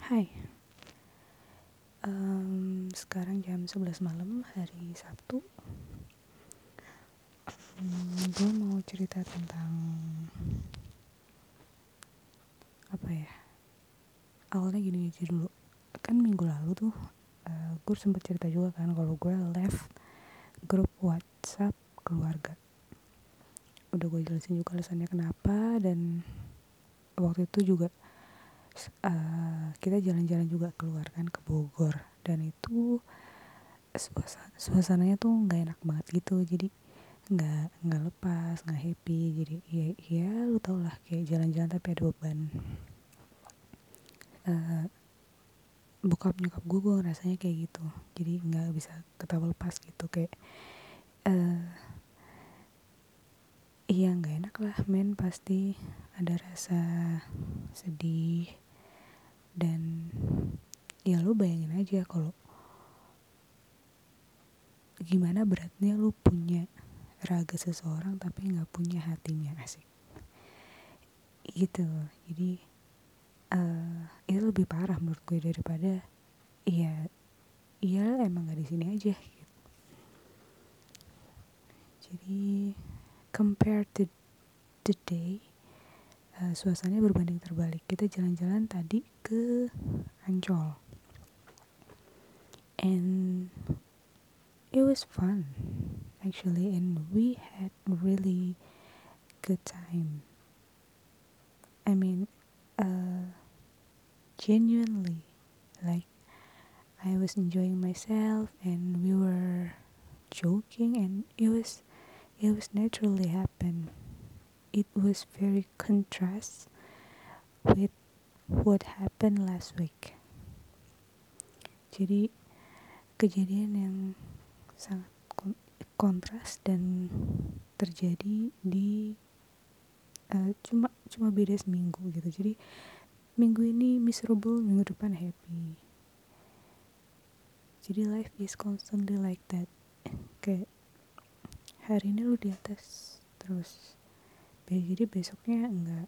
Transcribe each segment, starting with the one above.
Hai, sekarang jam 11 malam hari Sabtu. Gue mau cerita tentang awalnya gini aja dulu. Kan minggu lalu tuh gue sempet cerita juga kan kalau gue left grup WhatsApp keluarga. Udah gue jelasin juga alasannya kenapa, dan waktu itu juga kita jalan-jalan juga keluar kan ke Bogor, dan itu suasananya tuh nggak enak banget gitu. Jadi nggak lepas, nggak happy. Jadi ya lu tau lah, kayak jalan-jalan tapi ada beban. Bokap nyokap gue ngerasanya kayak gitu, jadi nggak bisa ketawa lepas gitu. Kayak iya nggak enak lah men, pasti ada rasa sedih. Dan ya lu bayangin aja kalau gimana beratnya lu punya raga seseorang tapi nggak punya hatinya, asik gitu. Jadi itu lebih parah menurut gue daripada iya emang nggak di sini aja gitu. Jadi compare to today, suasananya berbanding terbalik. Kita jalan-jalan tadi ke Ancol, and it was fun actually, and we had really good time. I mean, genuinely, like, I was enjoying myself and we were joking, and it was naturally happen. It was very contrast with what happened last week. Jadi kejadian yang sangat kontras dan terjadi di cuma beda seminggu gitu. Jadi minggu ini miserable, minggu depan happy. Jadi life is constantly like that. Kayak hari ini lu di atas terus, jadi besoknya enggak.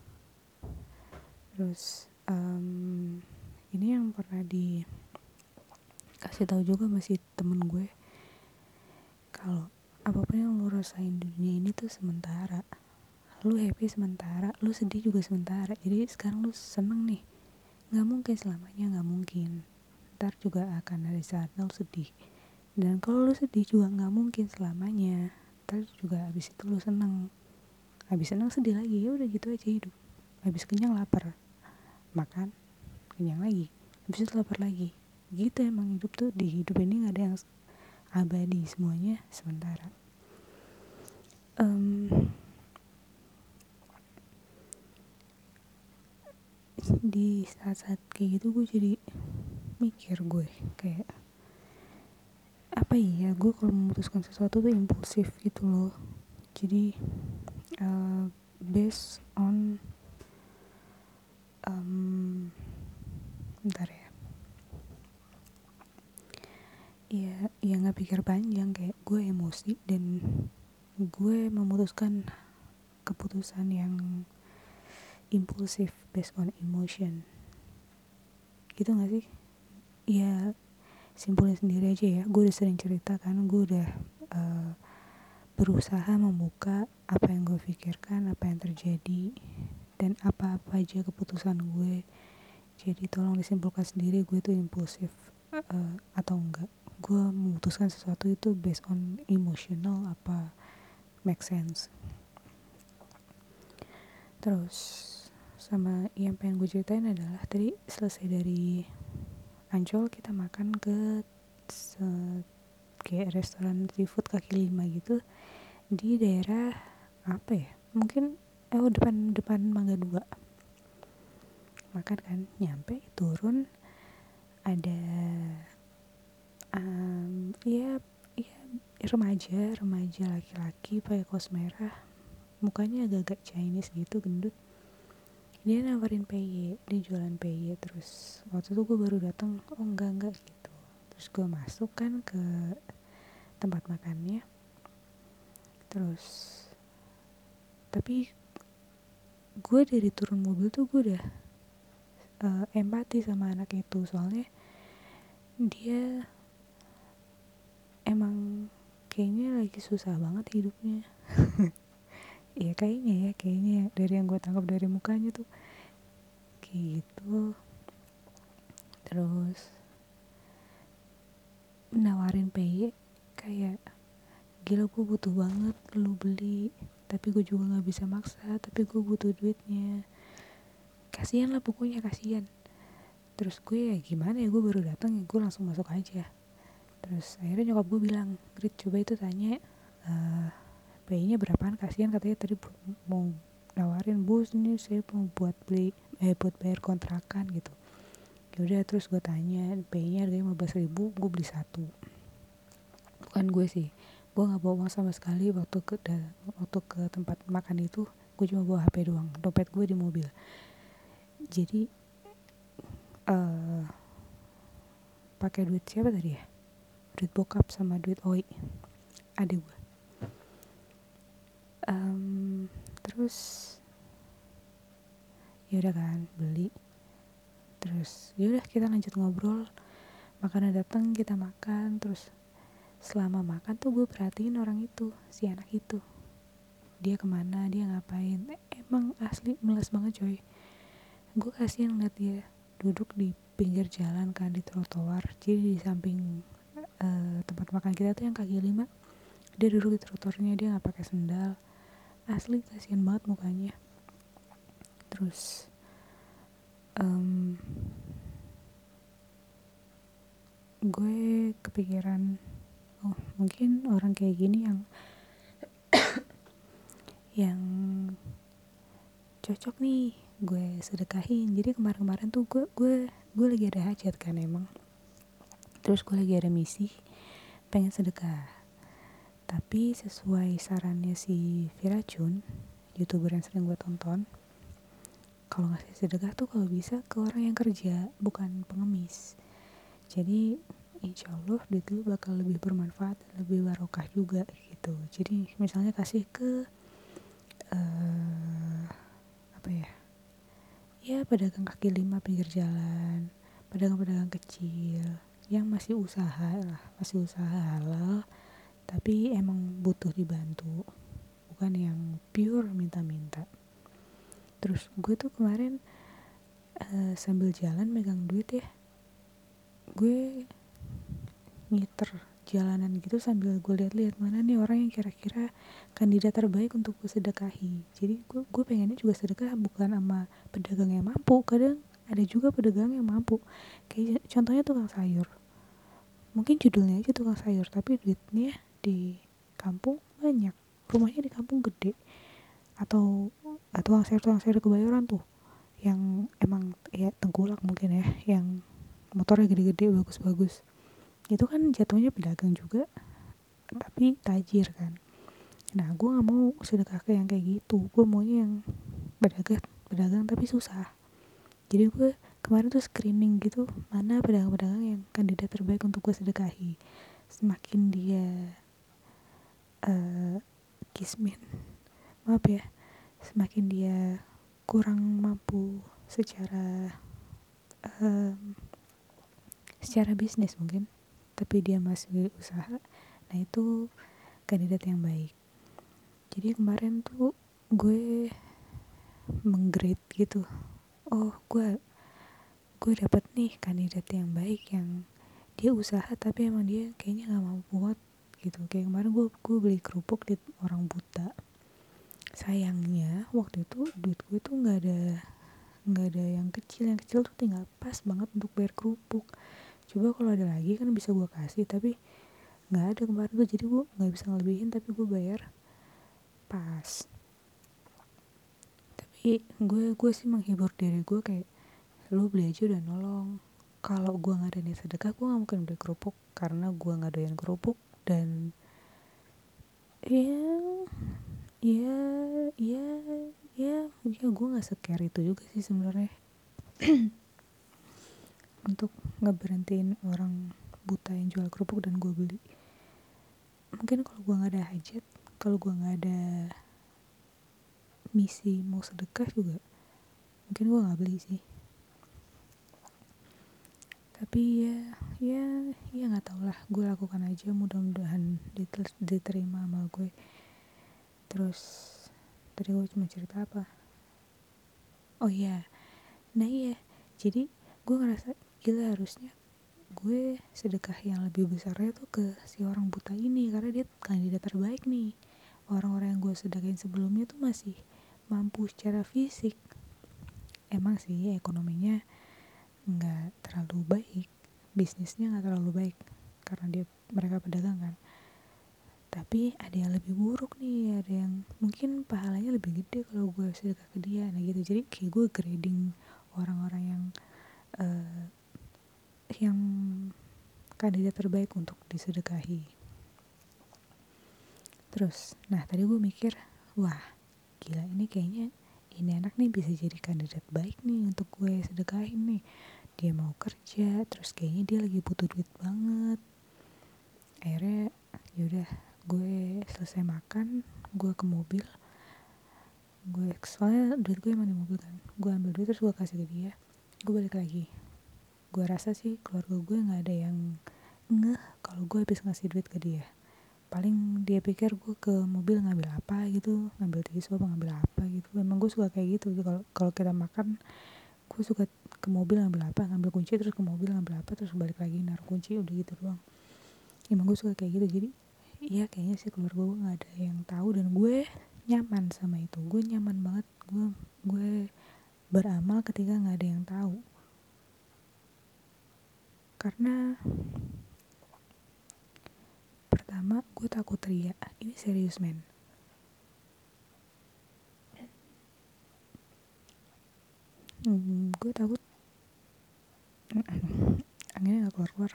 Terus ini yang pernah dikasih tahu juga masih temen gue, kalau apapun yang lu rasain di dunia ini tuh sementara. Lu happy sementara, lu sedih juga sementara. Jadi sekarang lu seneng nih, nggak mungkin selamanya, nggak mungkin. Ntar juga akan ada saatnya lu sedih, dan kalau lu sedih juga nggak mungkin selamanya. Ntar juga abis itu lu seneng, abis seneng sedih lagi. Ya udah gitu aja hidup. Abis kenyang lapar, makan, kenyang lagi, abis itu lapar lagi. Gitu emang hidup tuh. Di hidup ini nggak ada yang abadi, semuanya sementara. Di saat-saat kayak gitu gue jadi mikir, gue kayak apa ya, gue kalau memutuskan sesuatu tuh impulsif gitu loh. Jadi based on bentar ya nggak pikir panjang. Kayak gue emosi dan gue memutuskan keputusan yang impulsif based on emotion gitu nggak sih? Ya simpulin sendiri aja ya. Gue udah sering cerita kan, gue udah berusaha membuka apa yang gue pikirkan, apa yang terjadi, dan apa-apa aja keputusan gue. Jadi tolong disimpulkan sendiri, gue tuh impulsif atau enggak. Gue memutuskan sesuatu itu based on emotional apa make sense. Terus sama yang pengen gue ceritain adalah tadi selesai dari Ancol, kita makan ke kayak restoran seafood kaki lima gitu di daerah apa ya, mungkin depan Mangga 2. Makan kan, nyampe turun ada ya remaja laki-laki pakai kaos merah, mukanya agak-agak Chinese gitu, gendut. Dia nawarin PY, dia jualan PY. Terus waktu itu gue baru datang, oh enggak gitu. Terus gue masuk kan ke tempat makannya. Terus tapi gue dari turun mobil tuh gue udah empati sama anak itu, soalnya dia emang kayaknya lagi susah banget hidupnya. Ya kayaknya dari yang gue tangkap dari mukanya tuh kayak gitu. Terus nawarin PY kayak, gila gue butuh banget lu beli, tapi gue juga nggak bisa maksa, tapi gue butuh duitnya, kasihan lah pokoknya, kasihan. Terus gue ya gimana ya, gue baru datang ya gue langsung masuk aja. Terus akhirnya nyokap gue bilang, Grit coba itu tanya PI-nya berapaan, kasihan katanya tadi mau nawarin, bos ini saya mau buat buat bayar kontrakan gitu. Yaudah terus gue tanya, PI-nya harganya 15.000, gue beli satu. Bukan gue sih, gue nggak bawa uang sama sekali waktu ke tempat makan itu. Gue cuma bawa HP doang, dompet gue di mobil. Jadi pakai duit siapa tadi ya, duit bokap sama duit Oi, adik gue. Terus ya udah kan beli. Terus ya udah kita lanjut ngobrol, makanan datang kita makan. Terus selama makan tuh gue perhatiin orang itu, si anak itu, dia kemana, dia ngapain. Emang asli meles banget coy. Gue kasihan ngeliat dia duduk di pinggir jalan kan, di trotoar. Jadi di samping tempat makan kita tuh yang kaki 5, dia duduk di trotoarnya, dia nggak pakai sendal. Asli kasihan banget mukanya. Terus gue kepikiran, oh mungkin orang kayak gini yang cocok nih gue sedekahin. Jadi kemarin tuh gue lagi ada hajat kan emang. Terus gue lagi ada misi pengen sedekah. Tapi sesuai sarannya si Viracun, YouTuber yang sering gue tonton, kalau ngasih sedekah tuh kalau bisa ke orang yang kerja, bukan pengemis. Jadi insya Allah duit lu bakal lebih bermanfaat dan lebih barokah juga gitu. Jadi misalnya kasih ke apa ya pedagang kaki 5 pinggir jalan, pedagang-pedagang kecil yang masih usaha halal, tapi emang butuh dibantu, bukan yang pure minta-minta. Terus gue tuh kemarin sambil jalan megang duit ya, gue ngiter jalanan gitu sambil gue lihat-lihat mana nih orang yang kira-kira kandidat terbaik untuk gue sedekahi. Jadi gue pengennya juga sedekah bukan sama pedagang yang mampu. Kadang ada juga pedagang yang mampu, kayak contohnya tukang sayur. Mungkin judulnya aja tukang sayur, tapi duitnya di kampung banyak, rumahnya di kampung gede. Atau tukang sayur Kebayoran tuh yang emang ya tengkulak mungkin ya, yang motornya gede-gede bagus-bagus. Itu kan jatuhnya pedagang juga, tapi tajir kan. Nah gue gak mau sedekah ke yang kayak gitu. Gue maunya yang pedagang tapi susah. Jadi gue kemarin tuh screening gitu, mana pedagang-pedagang yang kandidat terbaik untuk gue sedekahi. Semakin dia kismin, maaf ya, semakin dia kurang mampu secara bisnis mungkin, tapi dia masih usaha, nah itu kandidat yang baik. Jadi kemarin tuh gue menggrade gitu, oh gue dapet nih kandidat yang baik, yang dia usaha tapi emang dia kayaknya nggak mampu buat gitu. Kayak kemarin gue beli kerupuk di orang buta. Sayangnya waktu itu duit gue tuh nggak ada yang kecil tuh tinggal pas banget untuk bayar kerupuk. Coba kalau ada lagi kan bisa gue kasih, tapi nggak ada kemarin tuh, jadi gue nggak bisa ngelebihin, tapi gue bayar pas. Tapi gue sih menghibur diri gue kayak, lu beli aja udah nolong. Kalau gue nggak ada niat sedekah, gue nggak mungkin beli kerupuk karena gue nggak doyan kerupuk. Dan ya gue nggak scare itu juga sih sebenarnya untuk ngeberhentiin orang buta yang jual kerupuk dan gue beli. Mungkin kalau gue nggak ada hajat, kalau gue nggak ada misi mau sedekah juga, mungkin gue nggak beli sih. Tapi ya nggak tau lah, gue lakukan aja, mudah-mudahan diterima sama gue. Terus tadi gue cuma cerita apa, oh iya, nah iya, jadi gue ngerasa gila, harusnya gue sedekah yang lebih besarnya tuh ke si orang buta ini, karena dia kandidat terbaik nih. Orang-orang yang gue sedekahin sebelumnya tuh masih mampu secara fisik. Emang sih ekonominya nggak terlalu baik, bisnisnya nggak terlalu baik karena mereka pedagang kan. Tapi ada yang lebih buruk nih, ada yang mungkin pahalanya lebih gede kalau gue sedekah ke dia. Nah gitu, jadi kayak gue grading orang-orang yang kandidat terbaik untuk disedekahi. Terus, nah tadi gue mikir, wah gila, ini kayaknya ini anak nih bisa jadi kandidat baik nih untuk gue sedekahin nih. Dia mau kerja, terus kayaknya dia lagi butuh duit banget. Akhirnya yaudah, gue selesai makan, gue ke mobil, soalnya duit gue emang di mobil kan, gue ambil duit terus gue kasih ke dia, gue balik lagi. Gue rasa sih keluarga gue nggak ada yang ngeh kalau gue habis ngasih duit ke dia. Paling dia pikir gue ke mobil ngambil apa gitu, ngambil tisu apa ngambil apa gitu. Emang gue suka kayak gitu, kalau kita makan gue suka ke mobil ngambil apa, ngambil kunci terus ke mobil ngambil apa, terus balik lagi naruh kunci, udah gitu doang. Emang gue suka kayak gitu. Jadi iya, kayaknya sih keluarga gue nggak ada yang tahu, dan gue nyaman sama itu. Gue nyaman banget, gue beramal ketika nggak ada yang tahu, karena pertama gue takut ria. Ini serius men, gue takut anginnya nggak keluar.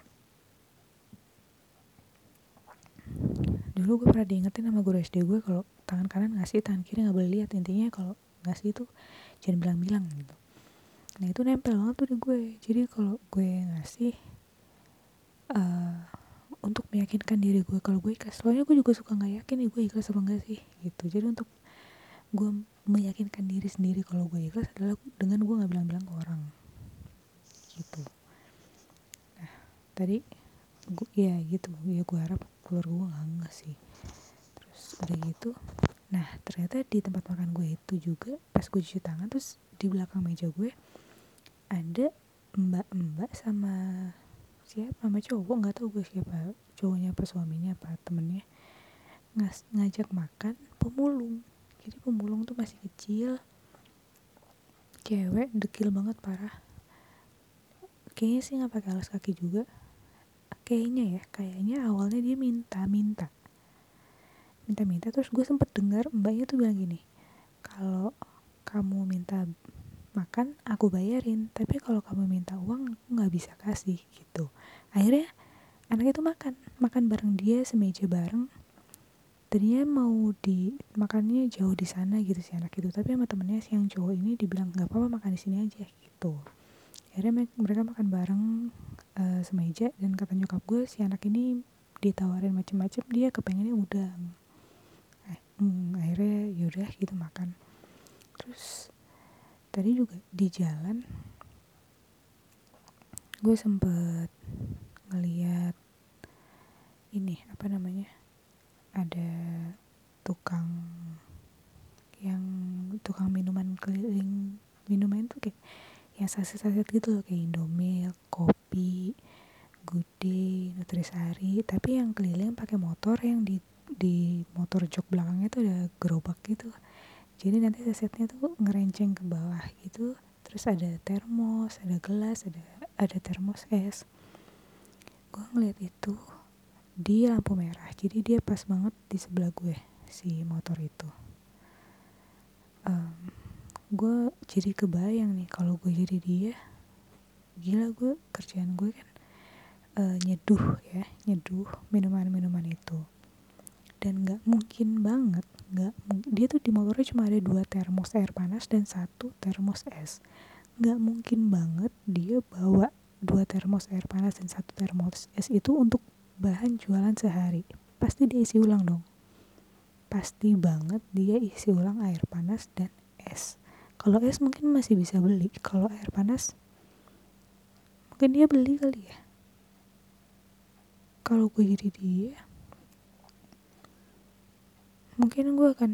Dulu gue pernah diingetin sama guru SD gue kalau tangan kanan ngasih, tangan kiri nggak boleh lihat. Intinya kalau ngasih itu jangan bilang-bilang gitu. Nah itu nempel banget tuh di gue. Jadi kalau gue ngasih untuk meyakinkan diri gue kalau gue ikhlas. Soalnya gue juga suka nggak yakin nih gue ikhlas apa enggak sih gitu. Jadi untuk gue meyakinkan diri sendiri kalau gue ikhlas adalah dengan gue nggak bilang-bilang ke orang gitu. Nah tadi gue ya gitu ya, gue harap keluarga gue nggak sih. Terus udah gitu, nah ternyata di tempat makan gue itu juga pas gue cuci tangan, terus di belakang meja gue ada mbak-mbak sama siapa, sama cowok, nggak tahu gue siapa, cowoknya apa suaminya apa temennya, ngajak makan pemulung. Jadi pemulung tuh masih kecil, cewek, dekil banget parah. Kayaknya sih nggak pakai alas kaki juga. Kayaknya awalnya dia minta. Terus gue sempet dengar mbaknya tuh bilang gini, kalau kamu minta makan aku bayarin, tapi kalau kamu minta uang aku nggak bisa kasih gitu. Akhirnya anak itu makan bareng dia, semeja bareng. Tadinya mau makannya jauh di sana gitu si anak itu, tapi sama temennya si yang cowok ini dibilang nggak apa-apa, makan di sini aja gitu. Akhirnya mereka makan bareng semeja, dan kata nyokap gue si anak ini ditawarin macem-macem, dia kepengennya udang. Akhirnya yaudah gitu makan. Terus tadi juga di jalan gue sempet ngeliat ini apa namanya, ada tukang minuman keliling. Minuman tuh kayak yang saset-saset gitu loh, kayak Indomilk, kopi, Good Day, Nutrisari, tapi yang keliling pakai motor, yang di motor jok belakangnya tuh ada gerobak gitu. Jadi nanti sasetnya tuh ngerenceng ke bawah gitu. Terus ada termos, ada gelas, ada termos es. Gue ngeliat itu di lampu merah, jadi dia pas banget di sebelah gue si motor itu. Gue jadi kebayang nih kalau gue jadi dia, gila, gue kerjaan gue kan nyeduh minuman itu. Dan nggak mungkin banget, dia tuh di motornya cuma ada 2 termos air panas dan 1 termos es. Nggak mungkin banget dia bawa 2 termos air panas dan 1 termos es itu untuk bahan jualan sehari. Pasti dia isi ulang dong. Pasti banget dia isi ulang air panas dan es. Kalau es mungkin masih bisa beli, kalau air panas Mungkin dia beli kali ya. Kalau gue jadi dia, mungkin gue akan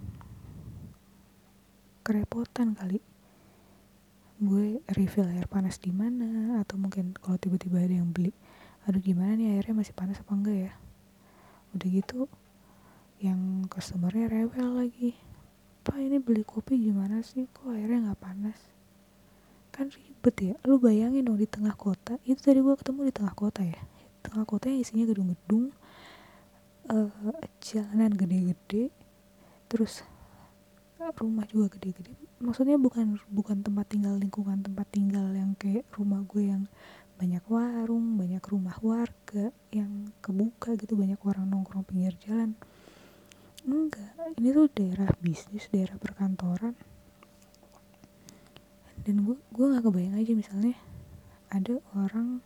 kerepotan kali. Gue refill air panas di mana, atau mungkin kalau tiba-tiba ada yang beli, aduh gimana nih airnya masih panas apa enggak ya. Udah gitu yang customernya rewel lagi, Pak ini beli kopi gimana sih, kok airnya gak panas. Kan ribet ya. Lu bayangin dong di tengah kota. Itu tadi gue ketemu di tengah kota ya, tengah kota yang isinya gedung-gedung, jalanan gede-gede, terus rumah juga gede-gede. Maksudnya bukan tempat tinggal, lingkungan tempat tinggal yang kayak rumah gue yang banyak warung, banyak rumah warga yang kebuka gitu, banyak orang nongkrong pinggir jalan. Enggak, ini tuh daerah bisnis, daerah perkantoran. Dan gue nggak kebayang aja misalnya ada orang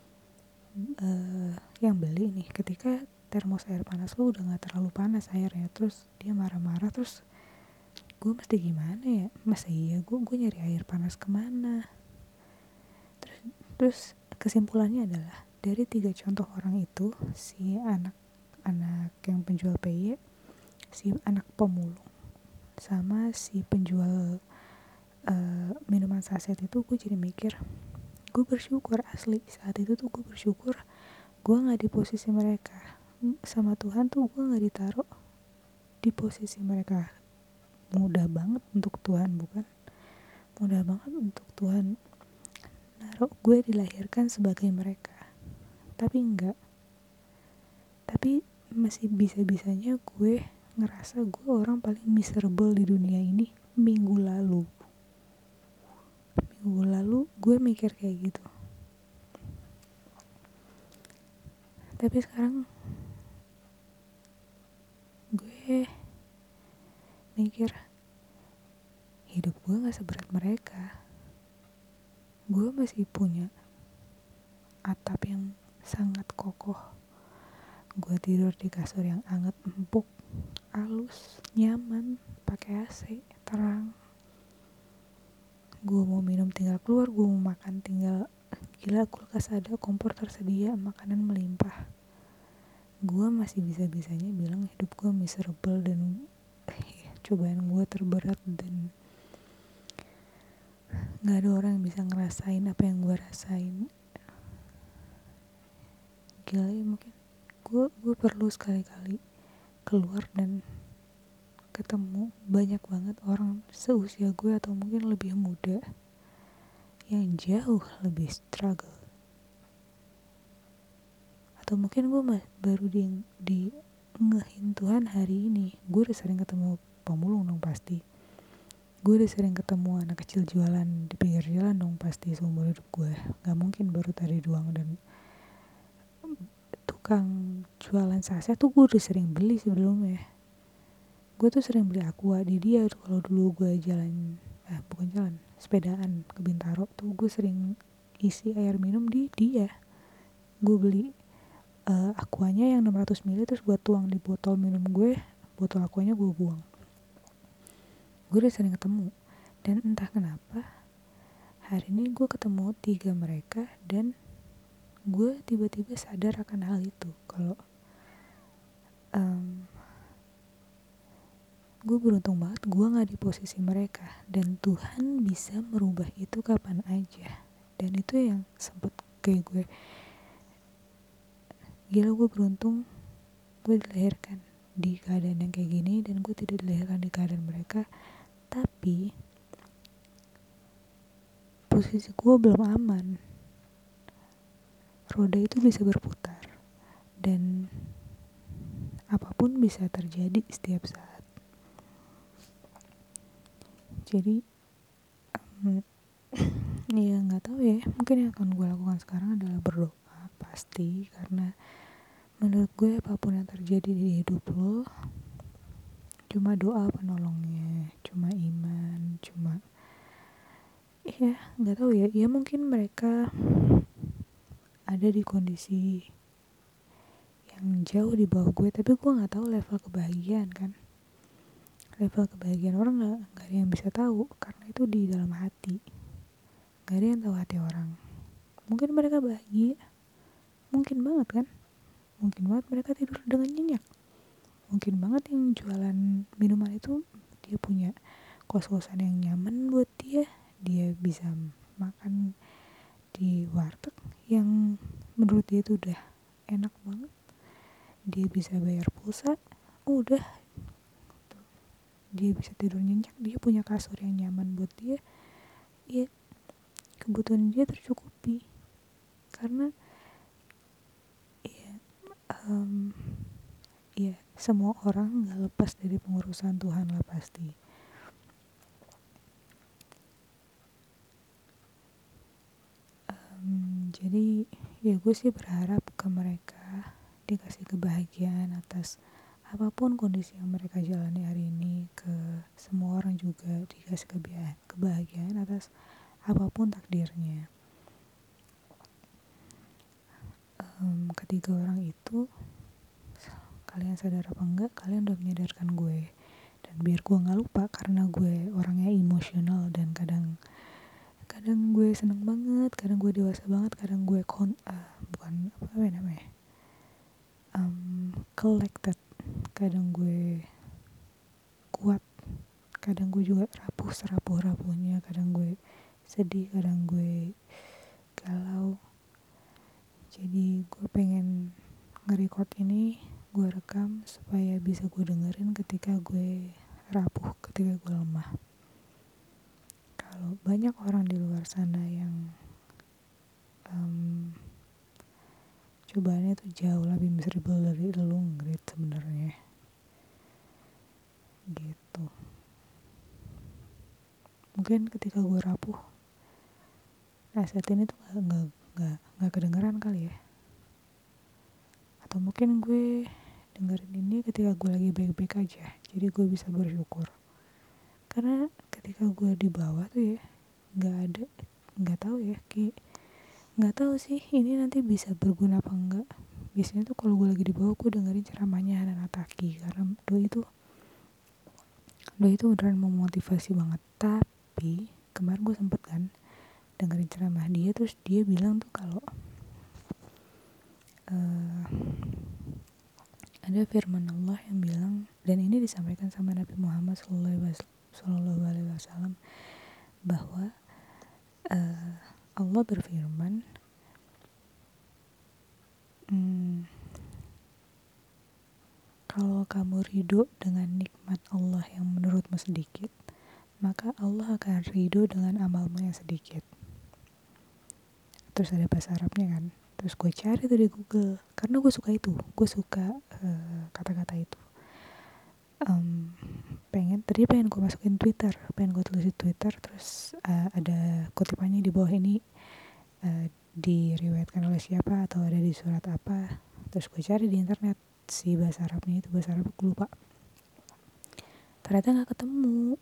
yang beli nih, ketika termos air panas lo udah nggak terlalu panas airnya, terus dia marah-marah, terus gue mesti gimana ya. Masa iya gue nyari air panas kemana. Terus kesimpulannya adalah dari 3 contoh orang itu, si anak yang penjual PY, si anak pemulung, sama si penjual minuman saset itu, gue jadi mikir, gue bersyukur asli saat itu tuh. Gue bersyukur gue nggak di posisi mereka. Sama Tuhan tuh gue nggak ditaruh di posisi mereka. Mudah banget untuk Tuhan, bukan? Mudah banget untuk Tuhan naruh gue dilahirkan sebagai mereka. Tapi enggak. Tapi masih bisa-bisanya gue ngerasa gue orang paling miserable di dunia ini. Minggu lalu gue mikir kayak gitu. Tapi sekarang gue mikir hidup gue gak seberat mereka. Gue masih punya atap yang sangat kokoh. Gue tidur di kasur yang hangat, empuk, halus, nyaman, pakai AC, terang. Gue mau minum tinggal keluar, gue mau makan tinggal, gila, kulkas ada, kompor tersedia, makanan melimpah. Gue masih bisa-bisanya bilang hidup gue miserable dan cobaan gue terberat, dan gak ada orang yang bisa ngerasain apa yang gue rasain. Gila ya, mungkin gue perlu sekali-kali keluar dan ketemu banyak banget orang seusia gue atau mungkin lebih muda yang jauh lebih struggle. Atau mungkin gue baru di ngehin Tuhan hari ini. Gue udah sering ketemu pemulung dong pasti. Gue udah sering ketemu anak kecil jualan di pinggir jalan dong pasti seumur hidup gue. Gak mungkin baru tadi doang. Dan tukang jualan saset tuh gue udah sering beli sebelumnya. Gue tuh sering beli aqua di dia tuh. Kalau dulu gue sepedaan ke Bintaro tuh, gue sering isi air minum di dia. Gue beli aquanya yang 600 ml, terus gue tuang di botol minum gue, botol aquanya gue buang. Gue udah sering ketemu. Dan entah kenapa hari ini gue ketemu 3 mereka, dan gue tiba-tiba sadar akan hal itu. Kalau gue beruntung banget gue gak di posisi mereka, dan Tuhan bisa merubah itu kapan aja. Dan itu yang sempet kayak gue, gila gue beruntung gue dilahirkan di keadaan yang kayak gini, dan gue tidak dilahirkan di keadaan mereka. Tapi posisi gue belum aman. Roda itu bisa berputar, dan apapun bisa terjadi setiap saat. Jadi ya nggak tahu ya, mungkin yang akan gue lakukan sekarang adalah berdoa pasti, karena menurut gue apapun yang terjadi di hidup lo, cuma doa penolongnya, cuma iman, cuma ya nggak tahu ya. Ya mungkin mereka ada di kondisi yang jauh di bawah gue, tapi gue nggak tahu level kebahagiaan kan. Level kebahagiaan orang nggak ada yang bisa tahu, karena itu di dalam hati. Gak ada yang tahu hati orang. Mungkin mereka bahagia, mungkin banget kan, mungkin banget mereka tidur dengan nyenyak, mungkin banget yang jualan minuman itu dia punya kos-kosan yang nyaman buat dia bisa makan di warteg yang menurut dia itu udah enak banget, dia bisa bayar pulsa, udah, dia bisa tidur nyenyak, dia punya kasur yang nyaman buat dia, ya kebutuhan dia tercukupi. Karena ya semua orang nggak lepas dari pengurusan Tuhan lah pasti. Jadi ya gue sih berharap ke mereka dikasih kebahagiaan atas apapun kondisi yang mereka jalani hari ini. Ke semua orang juga dikasih kebahagiaan atas apapun takdirnya. Ketiga orang itu, kalian sadar apa enggak, kalian udah menyadarkan gue. Dan biar gue gak lupa, karena gue orangnya emosional dan kadang gue seneng banget, kadang gue dewasa banget, kadang gue collected, kadang gue kuat, kadang gue juga rapuhnya, kadang gue sedih, kadang gue galau. Jadi gue pengen nge-record ini, gue rekam supaya bisa gue dengerin ketika gue rapuh, ketika gue lemah. Kalau banyak orang di luar sana yang cobaannya tuh jauh lebih miserable dari lu ngeliat sebenarnya gitu. Mungkin ketika gue rapuh, nasihat ini tuh nggak kedengeran kali ya. Atau mungkin gue dengerin ini ketika gue lagi baik-baik aja, jadi gue bisa bersyukur. Karena ketika gue di bawah tuh ya, nggak tahu ya, nggak tahu sih ini nanti bisa berguna apa enggak. Biasanya tuh kalau gue lagi di bawah, gue dengerin ceramahnya Hanan Ataki, karena doi itu beneran memotivasi banget. Tapi kemarin gue sempet kan dengerin ceramah dia, terus dia bilang tuh kalau ada firman Allah yang bilang, dan ini disampaikan sama Nabi Muhammad SAW, bahwa Allah berfirman, kalau kamu ridho dengan nikmat Allah yang menurutmu sedikit, maka Allah akan ridho dengan amalmu yang sedikit. Terus ada bahasa Arabnya kan, terus gue cari tuh di Google, karena gue suka kata-kata itu. Pengen gue masukin Twitter, pengen gue tulis di Twitter, terus ada kutipannya di bawah ini, diriwayatkan oleh siapa atau ada di surat apa. Terus gue cari di internet si bahasa Arabnya itu, bahasa Arab gue lupa, ternyata nggak ketemu.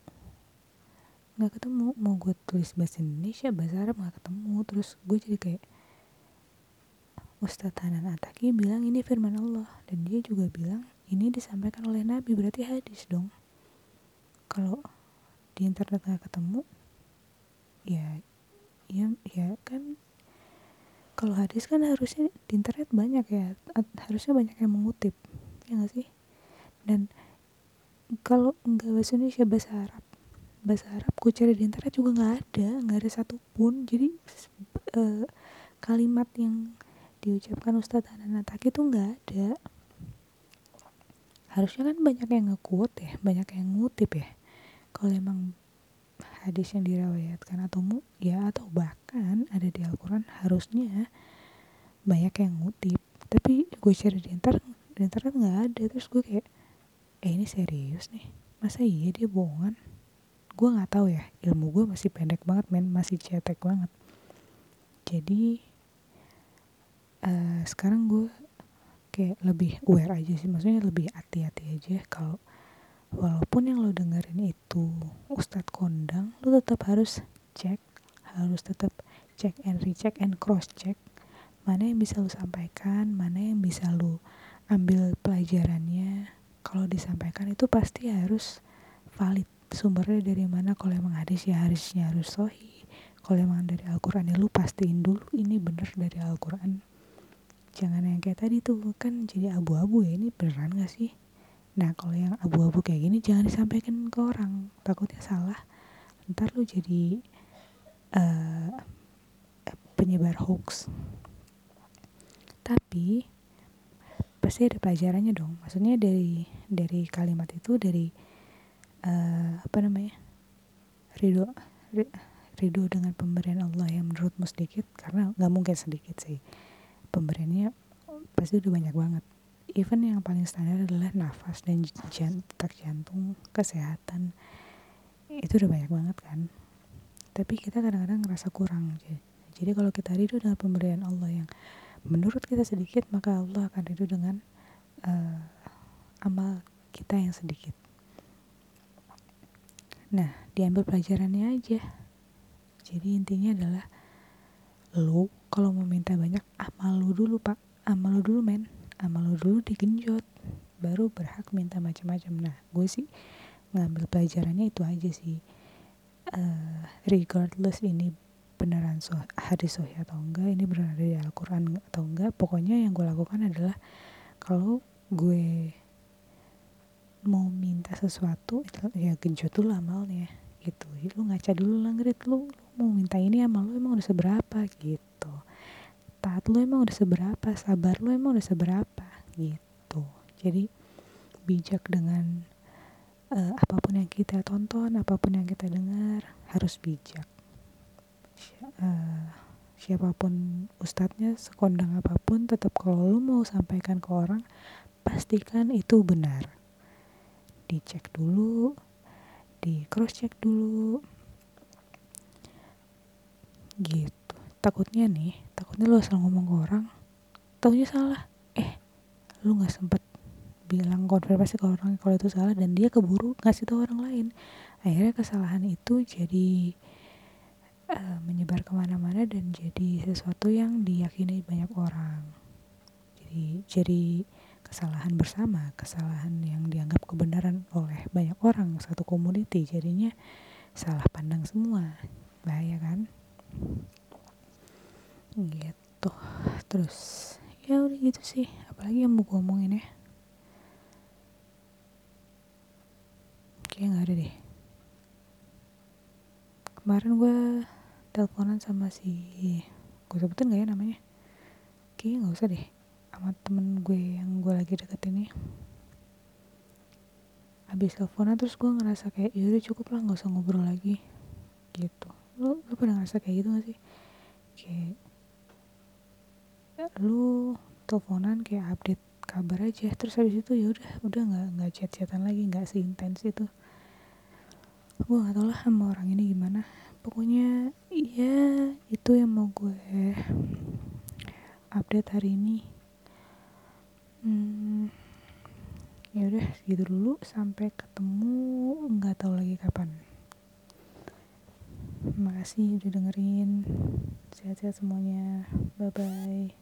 Mau gue tulis bahasa Indonesia, bahasa Arab nggak ketemu. Terus gue jadi kayak, Ustadz Hanan Ataki bilang ini firman Allah, dan dia juga bilang ini disampaikan oleh Nabi, berarti hadis dong. Kalau di internet nggak ketemu, ya kan. Kalau hadis kan harusnya di internet banyak ya, harusnya banyak yang mengutip, ya nggak sih? Dan kalau nggak bahasa Indonesia, bahasa Arab gue cari di internet juga nggak ada satupun. Jadi kalimat yang diucapkan Ustadz Hanan Ataki itu nggak ada. Harusnya kan banyak yang nge-quote ya, banyak yang ngutip ya. Kalau emang hadis yang diriwayatkan atau bahkan ada di Al-Quran, harusnya banyak yang ngutip. Tapi gue cari di internet nggak ada. Terus gue kayak, ini serius nih, masa iya dia bohongan? Gue nggak tahu ya, ilmu gue masih pendek banget men, masih cetek banget. Jadi sekarang gue kayak lebih aware aja sih, maksudnya lebih hati-hati aja. Kalau walaupun yang lo dengerin itu Ustadz kondang, lo tetap harus tetap check and recheck and cross check mana yang bisa lo sampaikan, mana yang bisa lo ambil pelajarannya. Kalau disampaikan itu pasti harus valid, sumbernya dari mana. Kalau emang hadis ya hadisnya harus sahih, Kalau emang dari Al-Quran ya lu pastiin dulu ini bener dari Al-Quran. Jangan yang kayak tadi tuh kan jadi abu-abu ya, ini beneran gak sih? Nah kalau yang abu-abu kayak gini jangan disampaikan ke orang, takutnya salah. Ntar lu jadi penyebar hoax. Tapi pasti ada pelajarannya dong. Maksudnya dari kalimat itu, dari ridho ridho dengan pemberian Allah yang menurutmu sedikit, karena nggak mungkin sedikit sih pemberiannya, pasti udah banyak banget. Even yang paling standar adalah nafas dan detak jantung, kesehatan, itu udah banyak banget kan. Tapi kita kadang-kadang ngerasa kurang. Jadi kalau kita ridho dengan pemberian Allah yang menurut kita sedikit, maka Allah akan ridho dengan amal kita yang sedikit. Nah, diambil pelajarannya aja. Jadi intinya adalah lu kalau mau minta banyak, amal lu dulu pak, amal lu dulu men, amal lu dulu digenjot, baru berhak minta macam-macam. Nah, gue sih ngambil pelajarannya itu aja sih. Regardless ini beneran hadis sahih atau enggak, ini beneran dari Al-Quran atau enggak, pokoknya yang gue lakukan adalah kalau gue mau minta sesuatu ya genjot dulu amalnya gitu. Jadi lu ngaca dulu lah, lu mau minta ini, amal lu emang udah seberapa gitu, taat lu emang udah seberapa, sabar lu emang udah seberapa gitu. Jadi bijak dengan apapun yang kita tonton, apapun yang kita dengar, harus bijak. Siapapun ustadznya, sekondang apapun, tetap kalau lu mau sampaikan ke orang, pastikan itu benar. Dicek dulu, di cross check dulu gitu. Takutnya lu asal ngomong ke orang, taunya salah, lu nggak sempet bilang konfirmasi ke orang kalau itu salah, dan dia keburu ngasih tahu orang lain. Akhirnya kesalahan itu jadi menyebar kemana-mana dan jadi sesuatu yang diyakini banyak orang. Jadi kesalahan bersama, kesalahan yang dianggap kebenaran oleh banyak orang, satu community, jadinya salah pandang semua. Bahaya kan gitu. Terus ya udah gitu sih, apalagi yang mau gue omongin ya, kayaknya gak ada deh. Kemarin gue teleponan sama gue sebutin gak ya namanya, kayaknya gak usah deh, sama temen gue yang gue lagi deketin nih. Habis teleponan terus gue ngerasa kayak yaudah cukup lah, gak usah ngobrol lagi gitu. Lu pernah ngerasa kayak gitu gak sih? Kayak lu teleponan kayak update kabar aja, terus habis itu ya udah nggak chat-chatan lagi, nggak seintens itu. Gue nggak tahu lah sama orang ini gimana. Pokoknya ya itu yang mau gue update hari ini. Ya udah segitu dulu, sampai ketemu nggak tahu lagi kapan. Makasih udah dengerin, sehat-sehat semuanya, bye bye.